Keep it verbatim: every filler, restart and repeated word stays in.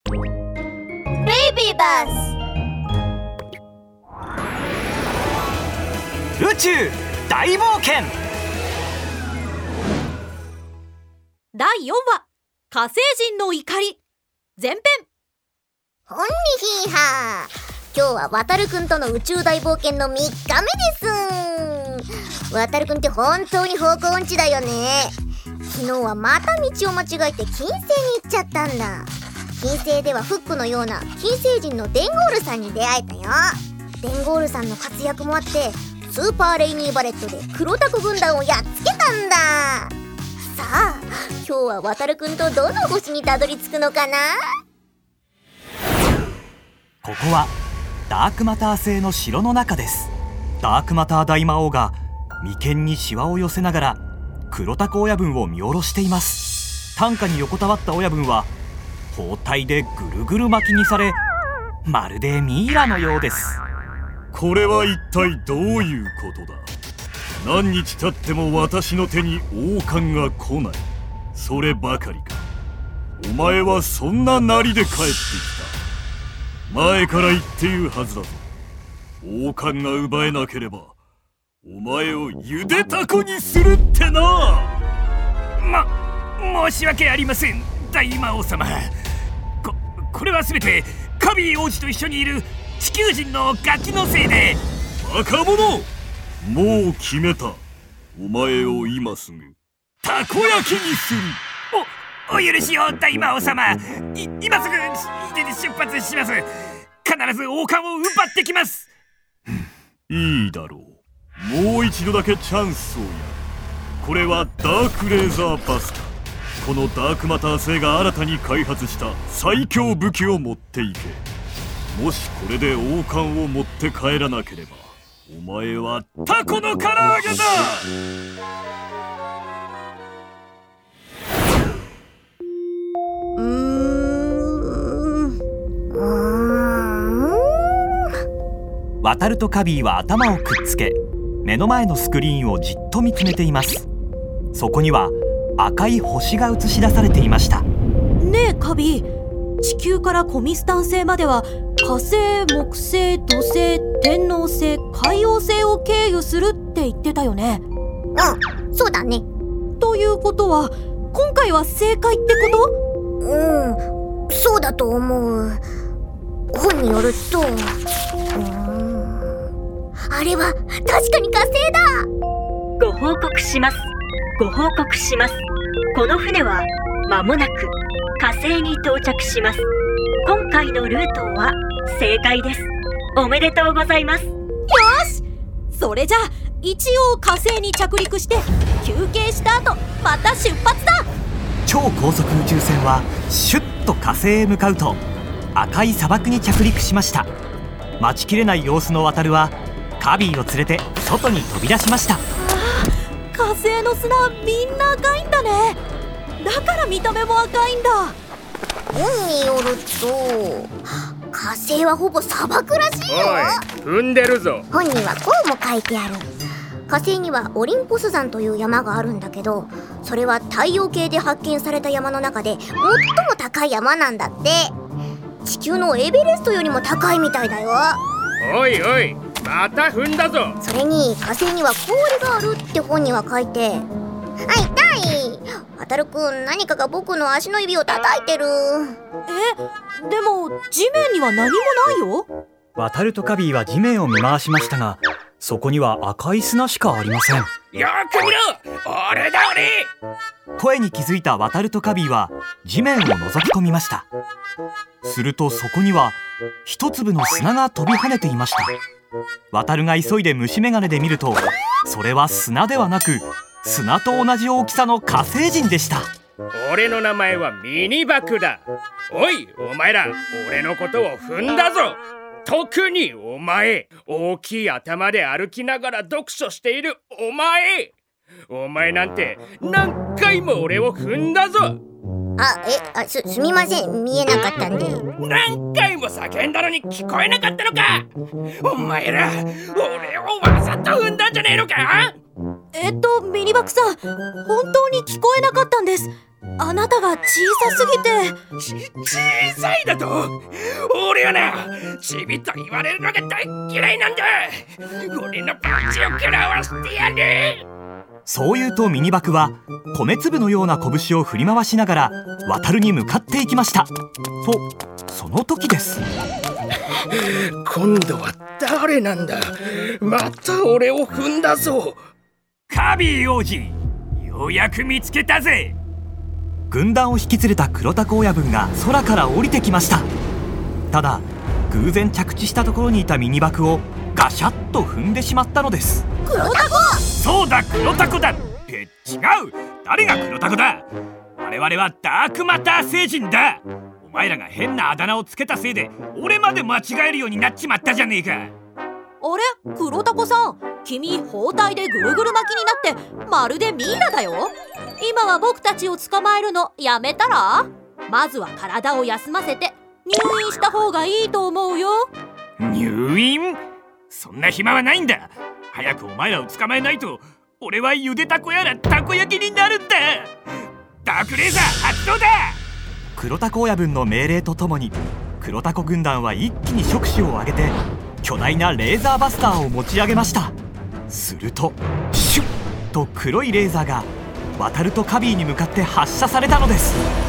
ベイビーバス宇宙大冒険だいよんわ、火星人の怒り前編。 ほんにひーはー、今日はわたるくんとの宇宙大冒険のみっかめです。わたるくんって本当に方向音痴だよね。昨日はまた道を間違えて金星に行っちゃったんだ。金星ではフックのような金星人のデンゴールさんに出会えたよ。デンゴールさんの活躍もあってスーパーレイニーバレットで黒タク軍団をやっつけたんだ。さあ今日はわたるくんとどの星にたどり着くのかな。 ここはダークマター星の城の中です。ダークマター大魔王が眉間にシワを寄せながら黒タク親分を見下ろしています。担架に横たわった親分は包帯でぐるぐる巻きにされ、まるでミイラのようです。 これは一体どういうことだ。何日経っても私の手に王冠が来ない。そればかりか。お前はそんななりで帰ってきた。前から言っているはずだぞ。王冠が奪えなければお前をゆでたこにするってな。 ま、申し訳ありません大魔王様。こ、これはすべてカビー王子と一緒にいる地球人のガキのせいで。 バカ者、もう決めた。お前を今すぐたこ焼きにする。 お、お許しを大魔王様。い今すぐ出発します。必ず王冠を奪ってきます。 いいだろう。もう一度だけチャンスをやる。これはダークレーザーバスタ。このダークマター星が新たに開発した最強武器を持っていけ。もしこれで王冠を持って帰らなければお前はタコの唐揚げだ。 うーんワタルとカビーは頭をくっつけ目の前のスクリーンをじっと見つめています。そこには赤い星が映し出されていました。 ねえカビー、地球からコミスタン星までは火星、木星、土星、天王星、海王星を経由するって言ってたよね。 うん、そうだね。 ということは今回は正解ってこと？ うん、そうだと思う。本によると、うーん、あれは確かに火星だ。 ご報告します。ご報告します。この船は間もなく火星に到着します。今回のルートは正解です。おめでとうございます。よし、それじゃあ一応火星に着陸して休憩した後また出発だ。 超高速宇宙船はシュッと火星へ向かうと赤い砂漠に着陸しました。待ちきれない様子のワタルはカビーを連れて外に飛び出しました。 火星の砂みんな赤いんだね。だから見た目も赤いんだ。 本によると火星はほぼ砂漠らしいよ。 おい、踏んでるぞ。 本にはこうも書いてある。火星にはオリンポス山という山があるんだけど、それは太陽系で発見された山の中で最も高い山なんだって。地球のエベレストよりも高いみたいだよ。 おいおい、また踏んだぞ。 それに火星には氷があるって本には書いて。あ、痛い。わたるくん、何かが僕の足の指を叩いてる。 え、でも地面には何もないよ。 ワタルとカビーは地面を見回しましたが、そこには赤い砂しかありません。 よく見ろ、俺だ俺。 声に気づいたワタルとカビーは地面を覗き込みました。するとそこには一粒の砂が飛び跳ねていました。ワタルが急いで虫眼鏡で見ると、それは砂ではなく砂と同じ大きさの火星人でした。 俺の名前はミニバクだ。おい、お前ら俺のことを踏んだぞ。特にお前、大きい頭で歩きながら読書しているお前。お前なんて何回も俺を踏んだぞ。 あ、え、あ、す、すみません、見えなかったんで。 何回も叫んだのに聞こえなかったのか。お前ら俺をわざと踏んだんじゃねえのか。 えっとミニバクさん、本当に聞こえなかったんです。 あなたが小さすぎて。 ち小さいだと？俺はな、チビと言われるのが大嫌いなんだ。俺のパンチを食らわしてやる。 そう言うとミニバクは米粒のような拳を振り回しながら渡るに向かっていきました。とその時です。 今度は誰なんだ。また俺を踏んだぞ。 カビー王子、ようやく見つけたぜ。 軍団を引き連れた黒タコ親分が空から降りてきました。ただ偶然着地したところにいたミニバクをガシャッと踏んでしまったのです。 黒タコ！ そうだ、黒タコだ。え、違う。誰が黒タコだ。我々はダークマター星人だ。お前らが変なあだ名をつけたせいで俺まで間違えるようになっちまったじゃねえか。 あれ、黒タコさん、君包帯でぐるぐる巻きになってまるでミイラだよ。今は僕たちを捕まえるのやめたら？まずは体を休ませて入院した方がいいと思うよ。 入院？そんな暇はないんだ。早くお前らを捕まえないと俺はゆでたこやらたこ焼きになるんだ。ダークレーザー発動だ。 黒タコ親分の命令とともに黒タコ軍団は一気に触手を上げて巨大なレーザーバスターを持ち上げました。するとシュッと黒いレーザーが渡るとカビーに向かって発射されたのです。